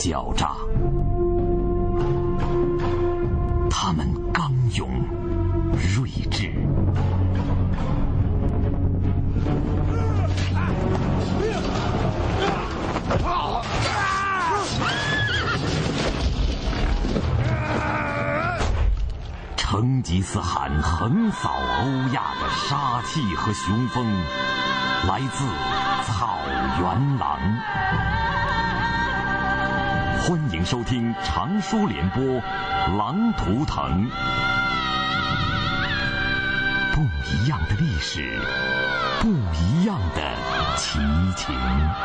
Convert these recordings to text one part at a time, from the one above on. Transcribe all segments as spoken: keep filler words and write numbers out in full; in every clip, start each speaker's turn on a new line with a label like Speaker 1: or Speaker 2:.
Speaker 1: 狡诈，他们刚勇睿智。成吉思汗横扫欧亚的杀气和雄风，来自草原狼。欢迎收听长书联播《狼图腾》，不一样的历史，不一样的奇情。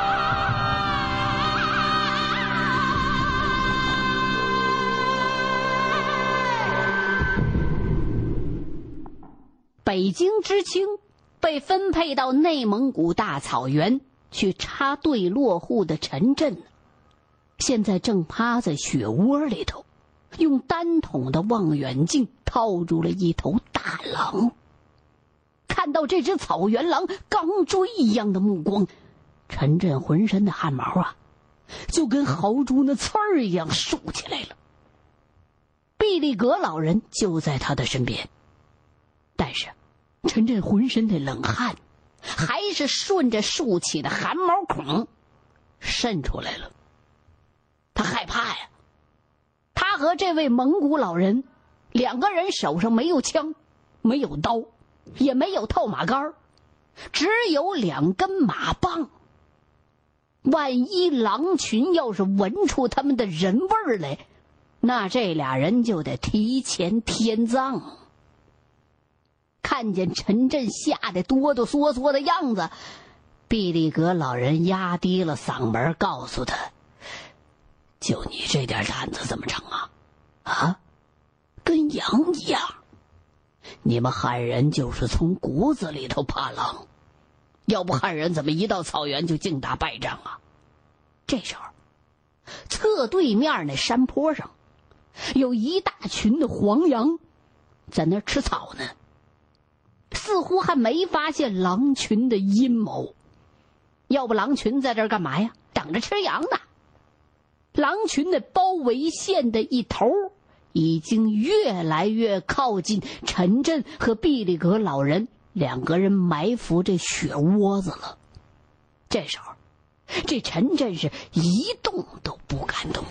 Speaker 2: 北京知青被分配到内蒙古大草原去插队落户的陈震，现在正趴在雪窝里头，用单筒的望远镜套住了一头大狼。看到这只草原狼钢锥一样的目光，陈震浑身的汗毛啊，就跟豪猪那刺儿一样竖起来了。毕力格老人就在他的身边，但是陈震浑身的冷汗还是顺着竖起的汗毛孔渗出来了。他害怕呀，他和这位蒙古老人两个人手上没有枪，没有刀，也没有套马杆，只有两根马棒。万一狼群要是闻出他们的人味儿来，那这俩人就得提前添葬。看见陈震吓得哆哆嗦嗦的样子，毕力格老人压低了嗓门告诉他：就你这点胆子怎么成啊？啊，跟羊一样。你们汉人就是从骨子里头怕狼，要不汉人怎么一到草原就净打败仗啊？这时候侧对面那山坡上有一大群的黄羊在那儿吃草呢，似乎还没发现狼群的阴谋。要不狼群在这儿干嘛呀？等着吃羊呢。狼群的包围线的一头已经越来越靠近陈震和毕力格老人两个人埋伏这雪窝子了。这时候这陈震是一动都不敢动。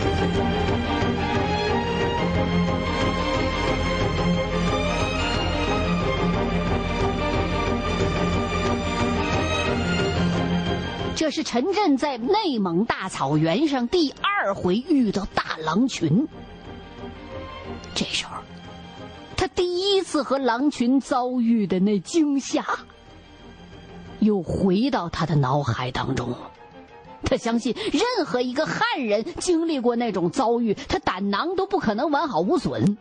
Speaker 2: 这是陈震在内蒙大草原上第二回遇到大狼群。这时候他第一次和狼群遭遇的那惊吓又回到他的脑海当中了。他相信任何一个汉人经历过那种遭遇，他胆囊都不可能完好无损。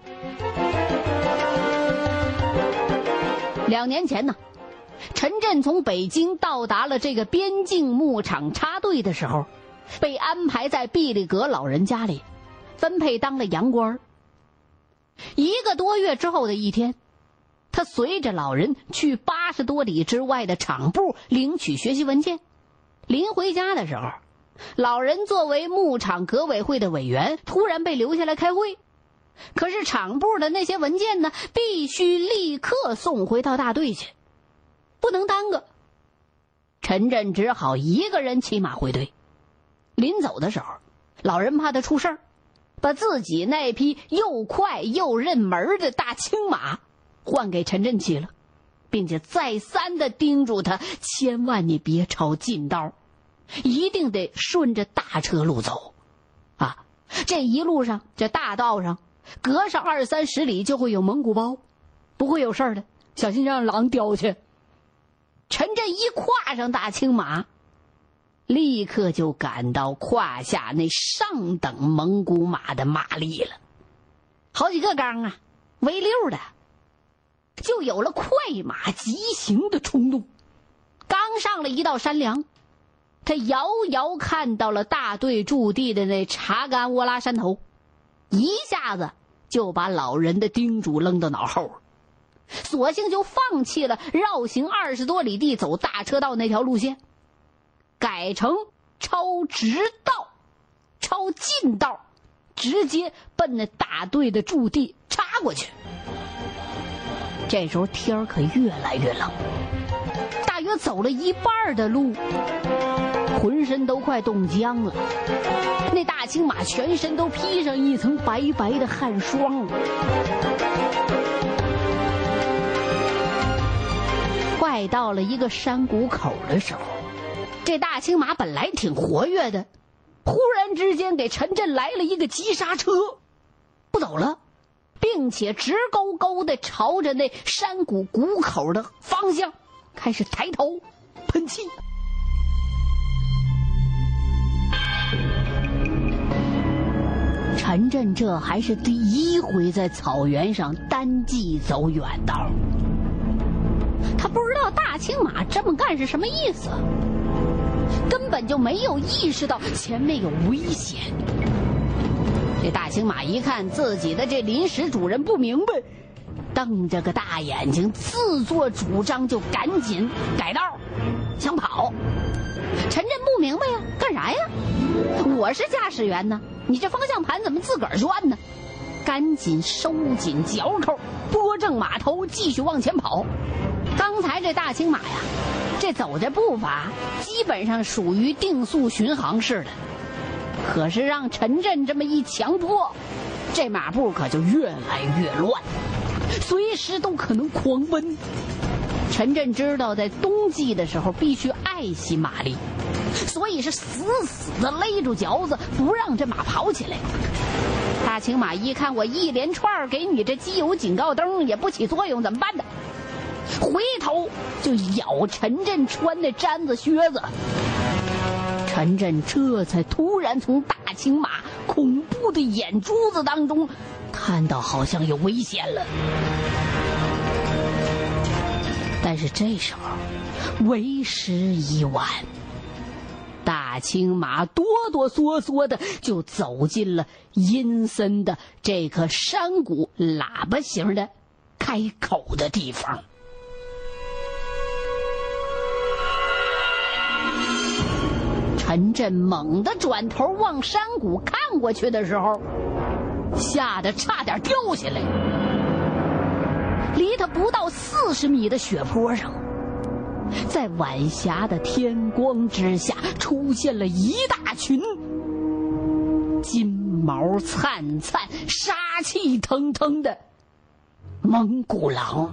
Speaker 2: 两年前呢，陈震从北京到达了这个边境牧场插队的时候，被安排在毕力格老人家里，分配当了洋官。一个多月之后的一天，他随着老人去八十多里之外的厂部领取学习文件。临回家的时候，老人作为牧场革委会的委员，突然被留下来开会。可是厂部的那些文件呢，必须立刻送回到大队去，不能耽搁。陈震只好一个人骑马回队。临走的时候，老人怕他出事儿，把自己那匹又快又认门的大青马换给陈震骑了，并且再三地叮嘱他，千万你别抄近道，一定得顺着大车路走啊！这一路上，这大道上隔上二三十里就会有蒙古包，不会有事儿的，小心让狼叼去。陈震一跨上大青马，立刻就感到胯下那上等蒙古马的马力了，好几个缸啊，围溜的，就有了快马疾行的冲动。刚上了一道山梁，他遥遥看到了大队驻地的那查干窝拉山头，一下子就把老人的叮嘱扔到脑后了，索性就放弃了绕行二十多里地走大车道那条路线，改成抄直道抄近道，直接奔那大队的驻地插过去。这时候天儿可越来越冷，大约走了一半的路，浑身都快冻僵了。那大青马全身都披上一层白白的汗霜。快到了一个山谷口的时候，这大青马本来挺活跃的，忽然之间给陈震来了一个急刹车，不走了，并且直勾勾地朝着那山谷谷口的方向开始抬头喷气。陈震这还是第一回在草原上单骑走远道，他不知道大青马这么干是什么意思，根本就没有意识到前面有危险。这大青马一看自己的这临时主人不明白，瞪着个大眼睛，自作主张就赶紧改道想跑。陈震不明白呀，干啥呀？我是驾驶员呢，你这方向盘怎么自个儿转呢？赶紧收紧脚扣，拨正马头，继续往前跑。刚才这大青马呀，这走着步伐基本上属于定速巡航式的，可是让陈震这么一强迫，这马步可就越来越乱，随时都可能狂奔。陈震知道在冬季的时候必须爱惜马力，所以是死死地勒住嚼子，不让这马跑起来。大青马一看我一连串给你这机油警告灯也不起作用，怎么办呢？回头就咬陈震穿的毡子靴子。陈震这才突然从大青马恐怖的眼珠子当中看到好像有危险了。但是这时候为时已晚，大青马哆哆嗦嗦的就走进了阴森的这棵山谷喇叭形的开口的地方。陈震猛地转头往山谷看过去的时候，吓得差点掉下来。离他不到四十米的雪坡上，在晚霞的天光之下，出现了一大群金毛灿灿、杀气腾腾的蒙古狼。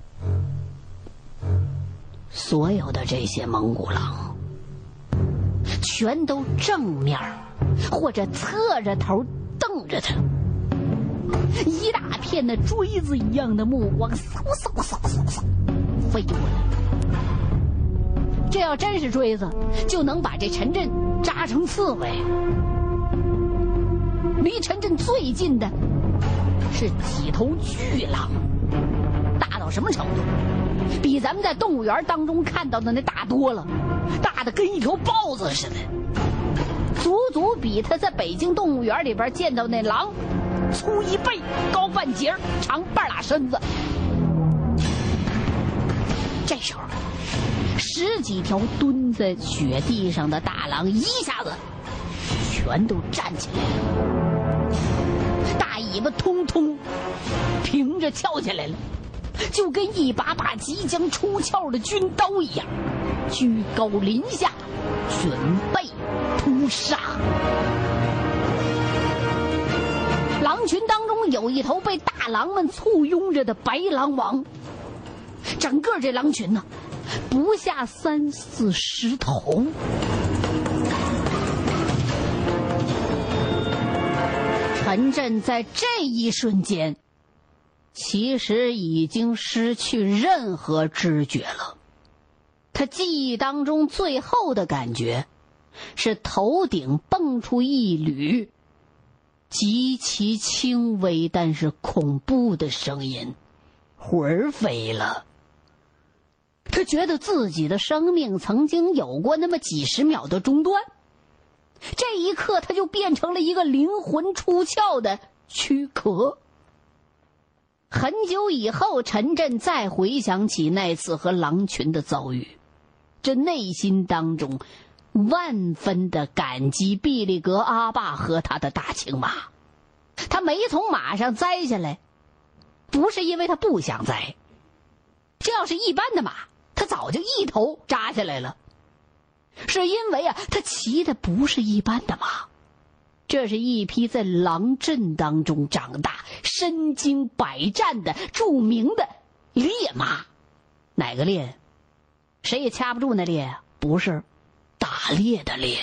Speaker 2: 所有的这些蒙古狼全都正面或者侧着头瞪着他，一大片的锥子一样的目光嗖嗖嗖嗖嗖飞过来。这要真是锥子，就能把这陈震扎成刺猬。离陈震最近的是几头巨狼，大到什么程度？比咱们在动物园当中看到的那大多了，大的跟一条豹子似的，足足比他在北京动物园里边见到那狼粗一倍，高半截，长半拉身子。这时候十几条蹲在雪地上的大狼一下子全都站起来了，大尾巴通通平着翘起来了，就跟一把把即将出鞘的军刀一样，居高临下，准备扑杀。狼群当中有一头被大狼们簇拥着的白狼王，整个这狼群呢，不下三四十头。陈震在这一瞬间其实已经失去任何知觉了。他记忆当中最后的感觉是头顶蹦出一缕极其轻微但是恐怖的声音，魂儿飞了。他觉得自己的生命曾经有过那么几十秒的中断，这一刻他就变成了一个灵魂出窍的躯壳。很久以后，陈震再回想起那次和狼群的遭遇，这内心当中万分的感激毕力格阿爸和他的大青马。他没从马上栽下来，不是因为他不想栽，这要是一般的马，他早就一头扎下来了。是因为啊，他骑的不是一般的马，这是一匹在狼阵当中长大、身经百战的著名的烈马。哪个猎？谁也掐不住那猎啊，不是打猎的猎。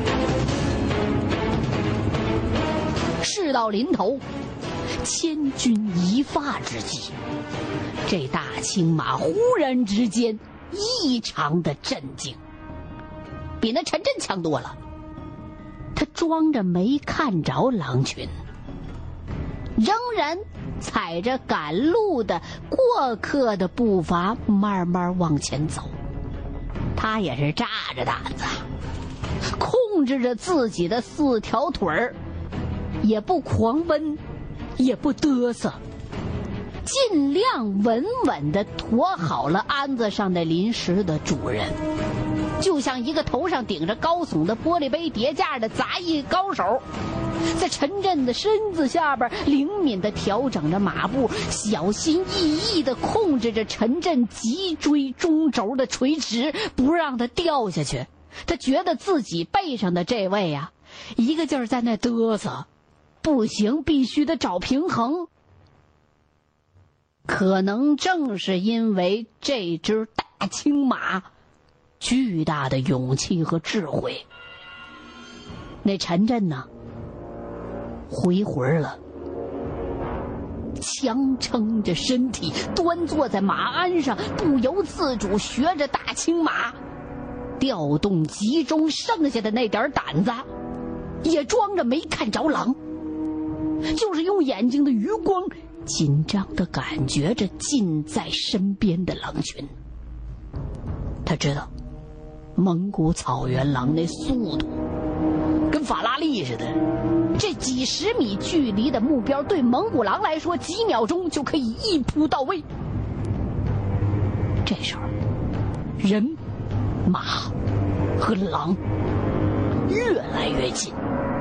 Speaker 2: 事到临头，千钧一发之际，这大青马忽然之间异常的震惊，比那陈震强多了。他装着没看着狼群，仍然踩着赶路的过客的步伐慢慢往前走。他也是炸着胆子，控制着自己的四条腿儿，也不狂奔，也不嘚瑟，尽量稳稳地驮好了鞍子上的临时的主人，就像一个头上顶着高耸的玻璃杯叠架的杂役高手，在陈震的身子下边灵敏地调整着马步，小心翼翼地控制着陈震脊椎中轴的垂直，不让他掉下去。他觉得自己背上的这位啊，一个劲儿在那嘚瑟，不行，必须得找平衡。可能正是因为这只大青马巨大的勇气和智慧，那陈震呢回魂了，强撑着身体端坐在马鞍上，不由自主学着大青马，调动集中剩下的那点胆子，也装着没看着狼，就是用眼睛的余光紧张地感觉着近在身边的狼群。他知道蒙古草原狼那速度跟法拉利似的，这几十米距离的目标对蒙古狼来说几秒钟就可以一扑到位。这时候人、马和狼越来越近。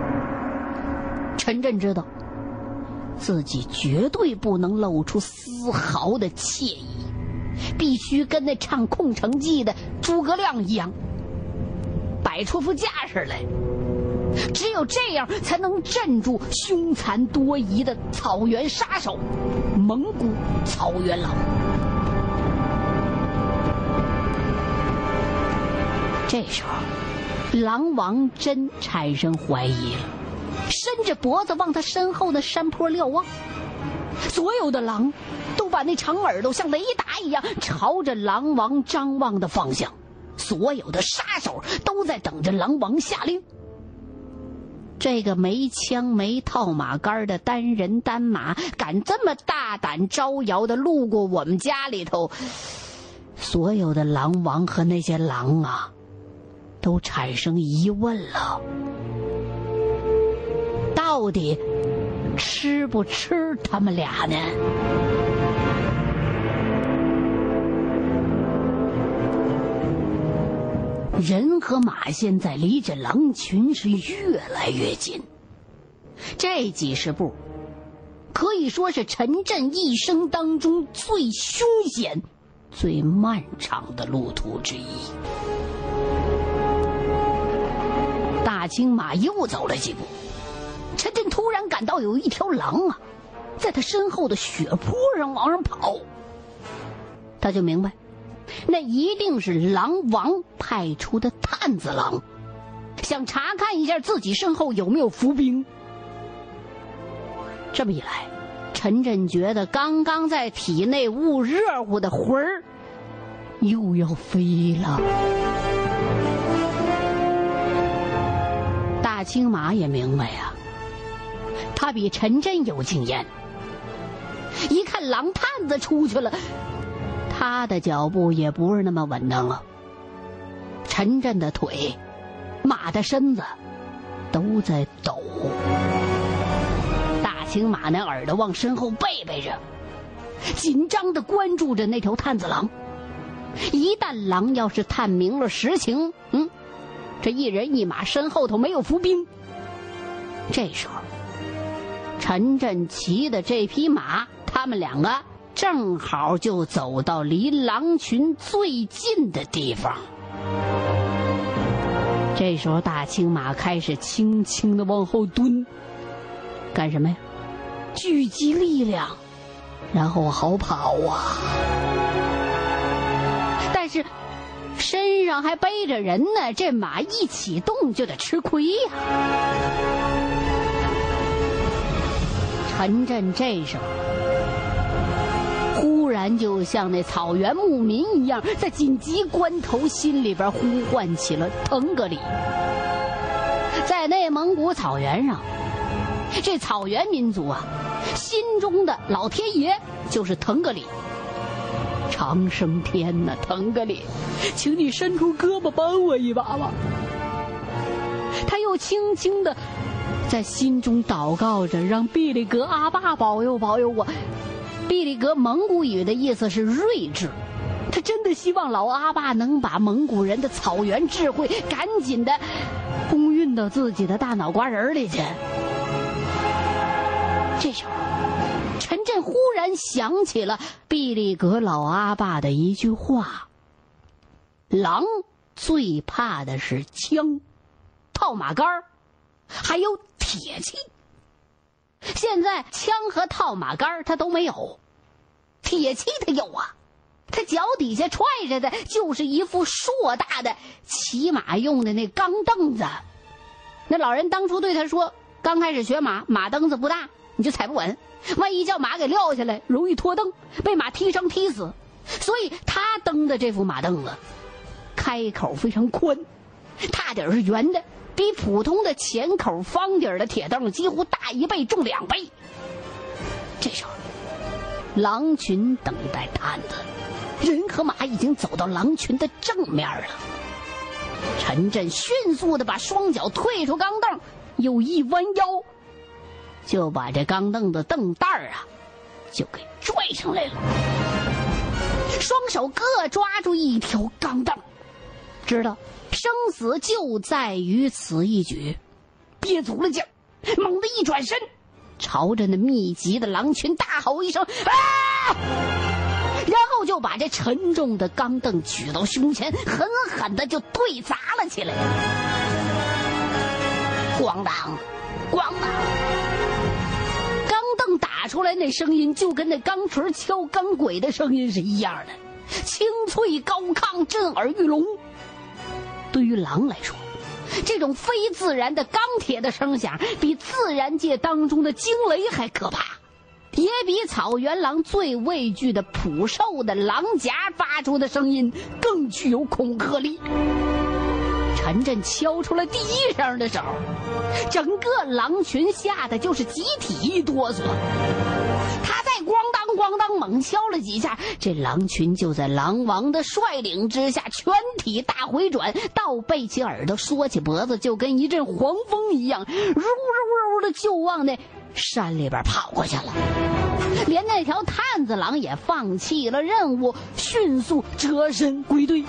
Speaker 2: 陈震知道自己绝对不能露出丝毫的惬意，必须跟那唱空城计的诸葛亮一样，摆出副架势来，只有这样才能镇住凶残多疑的草原杀手蒙古草原狼。这时候狼王真产生怀疑了，伸着脖子往他身后的山坡瞭望。所有的狼都把那长耳朵像雷达一样朝着狼王张望的方向，所有的杀手都在等着狼王下令。这个没枪没套马杆的单人单马敢这么大胆招摇的路过我们家里头，所有的狼王和那些狼啊都产生疑问了，到底吃不吃他们俩呢？人和马现在离着狼群是越来越近，这几十步可以说是陈震一生当中最凶险、最漫长的路途之一。大青马又走了几步，陈震突然感到有一条狼啊在他身后的血坡上往上跑，他就明白那一定是狼王派出的探子狼，想查看一下自己身后有没有伏兵。这么一来，陈震觉得刚刚在体内捂热乎的魂儿又要飞了。大青马也明白呀、啊，他比陈震有经验，一看狼探子出去了，他的脚步也不是那么稳当了。陈震的腿、马的身子都在抖，大青马那耳朵往身后背背着，紧张地关注着那条探子狼。一旦狼要是探明了实情，嗯， 这一人一马，身后头没有伏兵。这时候，陈震骑的这匹马，他们两个正好就走到离狼群最近的地方。这时候大青马开始轻轻地往后蹲，干什么呀？聚集力量，然后好跑啊。但是身上还背着人呢，这马一启动就得吃亏呀。陈震这时候忽然就像那草原牧民一样，在紧急关头心里边呼唤起了腾格里。在内蒙古草原上，这草原民族啊，心中的老天爷就是腾格里。长生天呐，腾格里，请你伸出胳膊帮我一把吧。他又轻轻地在心中祷告着，让毕力格阿爸保佑保佑我。毕力格蒙古语的意思是睿智，他真的希望老阿爸能把蒙古人的草原智慧赶紧的公运到自己的大脑瓜仁里去。这时候陈震忽然想起了毕力格老阿爸的一句话：狼最怕的是枪、套马杆还有铁器。现在枪和套马杆他都没有，铁器他有啊，他脚底下踹着的就是一副硕大的骑马用的那钢凳子。那老人当初对他说，刚开始学马，马蹬子不大，你就踩不稳，万一叫马给撂下来，容易脱蹬，被马踢伤踢死。所以他蹬的这副马凳子开口非常宽，踏底是圆的，比普通的前口方底的铁凳几乎大一倍，重两倍。这时候狼群等待探子，人和马已经走到狼群的正面了。陈震迅速地把双脚退出钢凳，又一弯腰，就把这钢凳的凳带啊就给拽上来了。双手各抓住一条钢凳，知道生死就在于此一举，憋足了劲儿，猛地一转身，朝着那密集的狼群大吼一声啊！然后就把这沉重的钢凳举到胸前，狠狠的就对砸了起来。咣当咣当，钢凳打出来那声音就跟那钢锤敲钢轨的声音是一样的，清脆高亢，震耳欲聋。对于狼来说，这种非自然的钢铁的声响比自然界当中的惊雷还可怕，也比草原狼最畏惧的捕兽的狼夹发出的声音更具有恐吓力。陈震敲出了第一声的时候，整个狼群吓得就是集体一哆嗦。他再咣当咣当猛敲了几下，这狼群就在狼王的率领之下全体大回转，倒背起耳朵，缩起脖子，就跟一阵黄风一样，嗖嗖嗖的就往那山里边跑过去了。连那条探子狼也放弃了任务，迅速折身归队。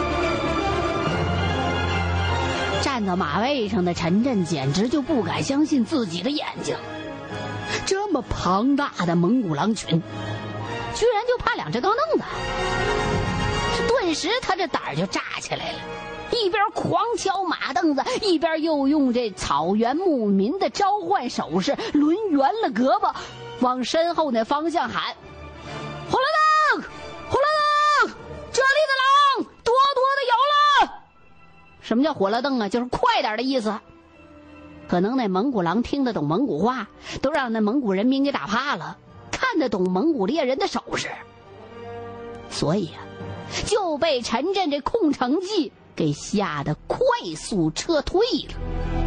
Speaker 2: 站到马位上的陈震简直就不敢相信自己的眼睛，这么庞大的蒙古狼群居然就怕两只钢凳子。顿时他这胆儿就炸起来了，一边狂敲马凳子，一边又用这草原牧民的召唤手势抡圆了胳膊，往身后那方向喊：火辣灯，火辣灯，这里的狼多多的有了。什么叫火辣灯啊？就是快点的意思。可能那蒙古狼听得懂蒙古话，都让那蒙古人民给打怕了，看得懂蒙古猎人的手势，所以啊，就被陈震这空城计给吓得快速撤退了。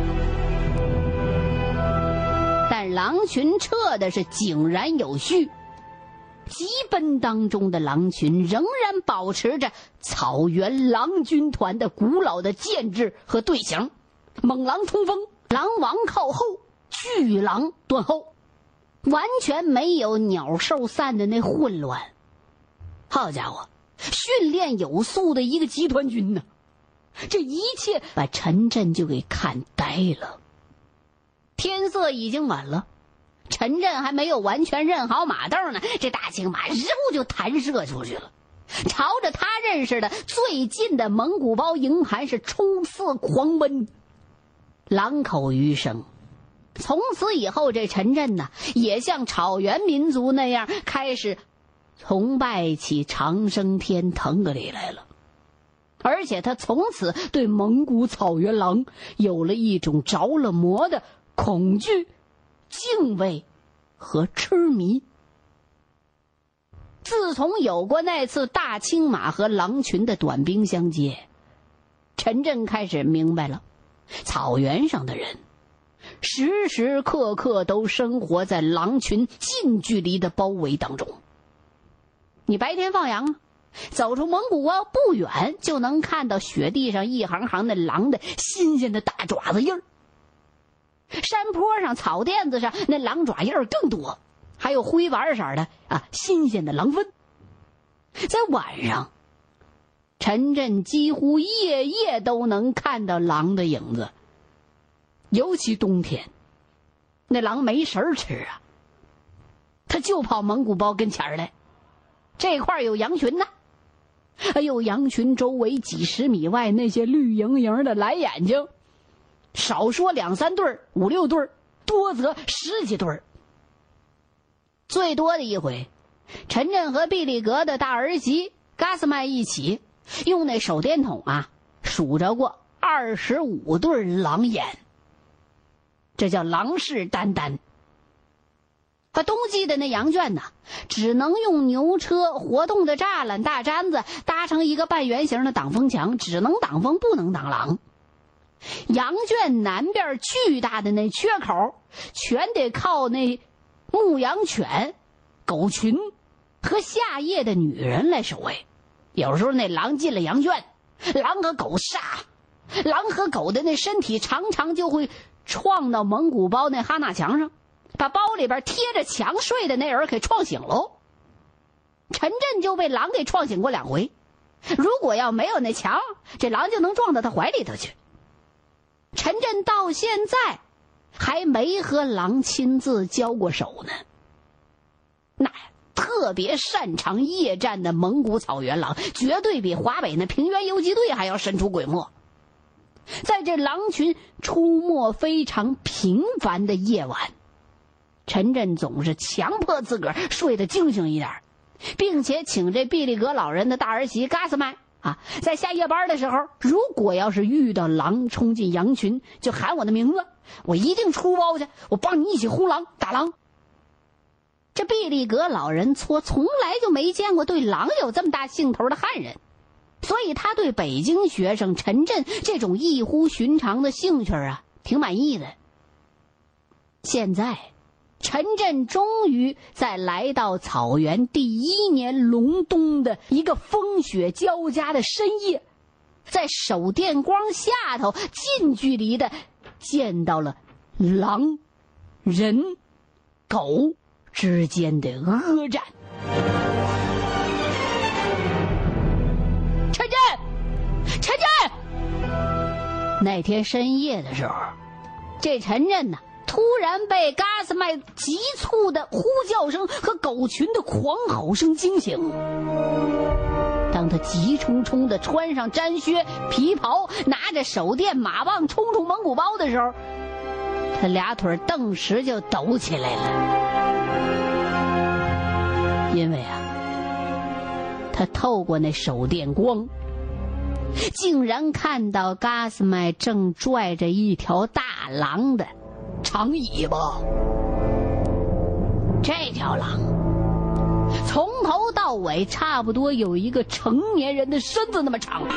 Speaker 2: 但狼群撤的是井然有序，急奔当中的狼群仍然保持着草原狼军团的古老的建制和队形，猛狼冲锋，狼王靠后，巨狼断后，完全没有鸟兽散的那混乱。好家伙，训练有素的一个集团军呢！ 这一切把陈震就给看呆了。天色已经晚了，陈震还没有完全认好马豆呢，这大青马嗖就弹射出去了，朝着他认识的最近的蒙古包营盘是冲刺狂奔。狼口余生，从此以后这陈震呢，也像草原民族那样开始崇拜起长生天腾格里来了。而且他从此对蒙古草原狼有了一种着了魔的恐惧、敬畏和痴迷。自从有过那次大青马和狼群的短兵相接，陈震开始明白了，草原上的人时时刻刻都生活在狼群近距离的包围当中。你白天放羊啊，走出蒙古包不远就能看到雪地上一行行的狼的新鲜的大爪子印儿，山坡上草垫子上那狼爪印儿更多，还有灰白色的啊新鲜的狼粪。在晚上，陈震几乎夜夜都能看到狼的影子，尤其冬天，那狼没食儿吃啊，他就跑蒙古包跟前儿来。这块有羊群呢，哎呦，羊群周围几十米外那些绿莹莹的蓝眼睛，少说两三对儿、五六对儿，多则十几对儿。最多的一回，陈震和毕力格的大儿媳嘎斯麦一起用那手电筒啊数着过二十五对狼眼，这叫狼视眈眈。他冬季的那羊圈呢，只能用牛车活动的栅栏大毡子搭成一个半圆形的挡风墙，只能挡风不能挡狼。羊圈南边巨大的那缺口全得靠那牧羊犬、狗群和下夜的女人来守卫。有时候那狼进了羊圈，狼和狗杀，狼和狗的那身体常常就会撞到蒙古包那哈纳墙上，把包里边贴着墙睡的那人给撞醒喽。陈震就被狼给撞醒过两回，如果要没有那墙，这狼就能撞到他怀里头去。陈震到现在还没和狼亲自交过手呢。那特别擅长夜战的蒙古草原狼，绝对比华北那平原游击队还要神出鬼没。在这狼群出没非常频繁的夜晚，陈震总是强迫自个儿睡得清醒一点，并且请这毕力格老人的大儿媳嘎斯麦啊，在下夜班的时候，如果要是遇到狼冲进羊群，就喊我的名字，我一定出包去，我帮你一起轰狼打狼。这毕力格老人搓从来就没见过对狼有这么大兴头的汉人，所以他对北京学生陈震这种异乎寻常的兴趣啊，挺满意的。现在陈震终于在来到草原第一年隆冬的一个风雪交加的深夜，在手电光下头近距离的见到了狼、人、狗之间的恶战。陈震，陈震！那天深夜的时候，这陈震呢，突然被嘎斯麦急促的呼叫声和狗群的狂吼声惊醒。当他急冲冲地穿上毡靴皮袍，拿着手电马棒冲出蒙古包的时候，他俩腿顿时就抖起来了。因为啊，他透过那手电光，竟然看到嘎斯麦正拽着一条大狼的长尾巴。这条狼从头到尾差不多有一个成年人的身子那么长，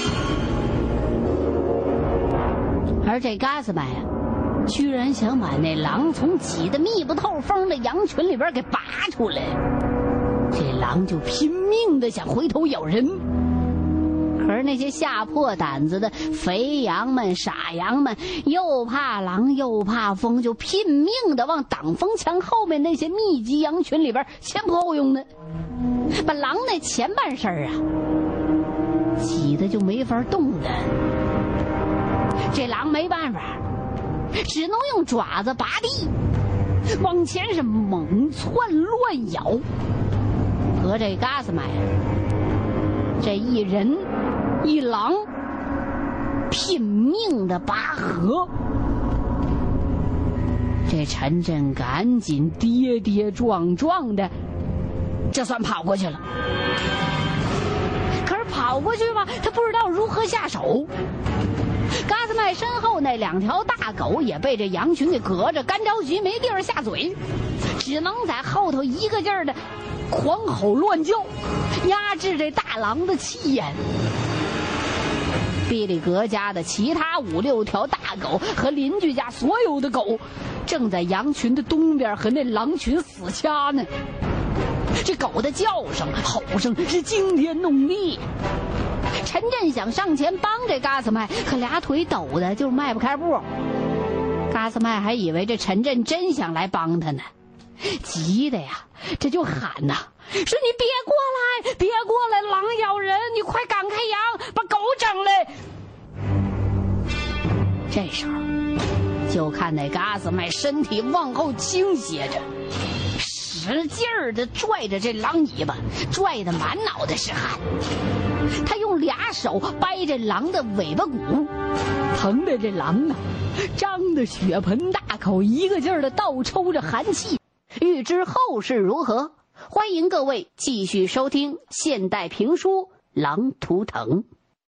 Speaker 2: 而这嘎斯麦啊，居然想把那狼从挤得密不透风的羊群里边给拔出来。这狼就拼命的想回头咬人，可是那些吓破胆子的肥羊们、傻羊们，又怕狼又怕风，就拼命的往挡风墙后面那些密集羊群里边前仆后拥的，把狼那前半身啊挤挤得就没法动了。这狼没办法，只能用爪子拔地，往前是猛窜乱咬。和这嘎斯麦这一人一狼拼命的拔河。这陈震赶紧跌跌撞撞的，这算跑过去了。可是跑过去吧，他不知道如何下手。嘎斯麦身后那两条大狗也被这羊群给隔着，干着急没地儿下嘴，只能在后头一个劲儿的狂吼乱叫，压制这大狼的气焰。比里格家的其他五六条大狗和邻居家所有的狗，正在羊群的东边和那狼群死掐呢。这狗的叫声、吼声是惊天动地。陈震想上前帮这嘎斯麦，可俩腿抖的就迈不开步。嘎斯麦还以为这陈震真想来帮他呢，急的呀，这就喊呐，说你别过来，别过来，狼咬人，你快赶开羊，把狗整来。这时候就看那嘎斯麦身体往后倾斜着，使劲儿的拽着这狼尾巴，拽得满脑袋是汗。他用俩手掰着狼的尾巴骨，疼的这狼啊张得血盆大口，一个劲儿的倒抽着寒气。欲知后事如何，欢迎各位继续收听现代评书《狼图腾》。